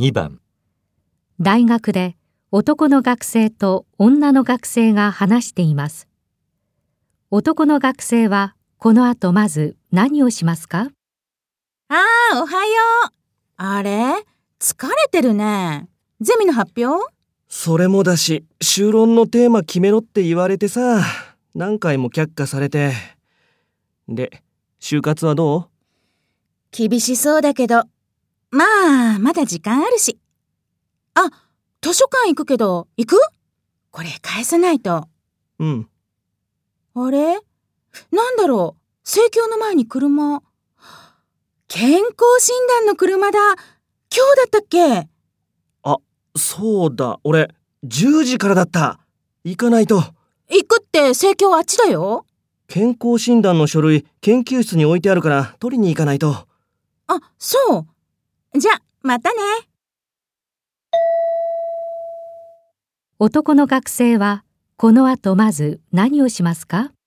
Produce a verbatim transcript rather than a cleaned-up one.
にばん、 大学で男の学生と女の学生が話しています。男の学生はこの後まず何をしますか？ ああ、おはよう。あれ？疲れてるね。ゼミの発表？ それもだし、修論のテーマ決めろって言われてさ、何回も却下されて。で、就活はどう？ 厳しそうだけど、まあ、まだ時間あるし。あ、図書館行くけど、行く？これ返さないと。 うん。 あれ？なんだろう？生協の前に車。健康診断の車だ。今日だったっけ？ あ、そうだ。俺、じゅうじからだった。行かないと。 行くって生協あっちだよ。 健康診断の書類、研究室に置いてあるから取りに行かないと。 あ、そう。じゃ、またね。 男の学生はこの後まず何をしますか？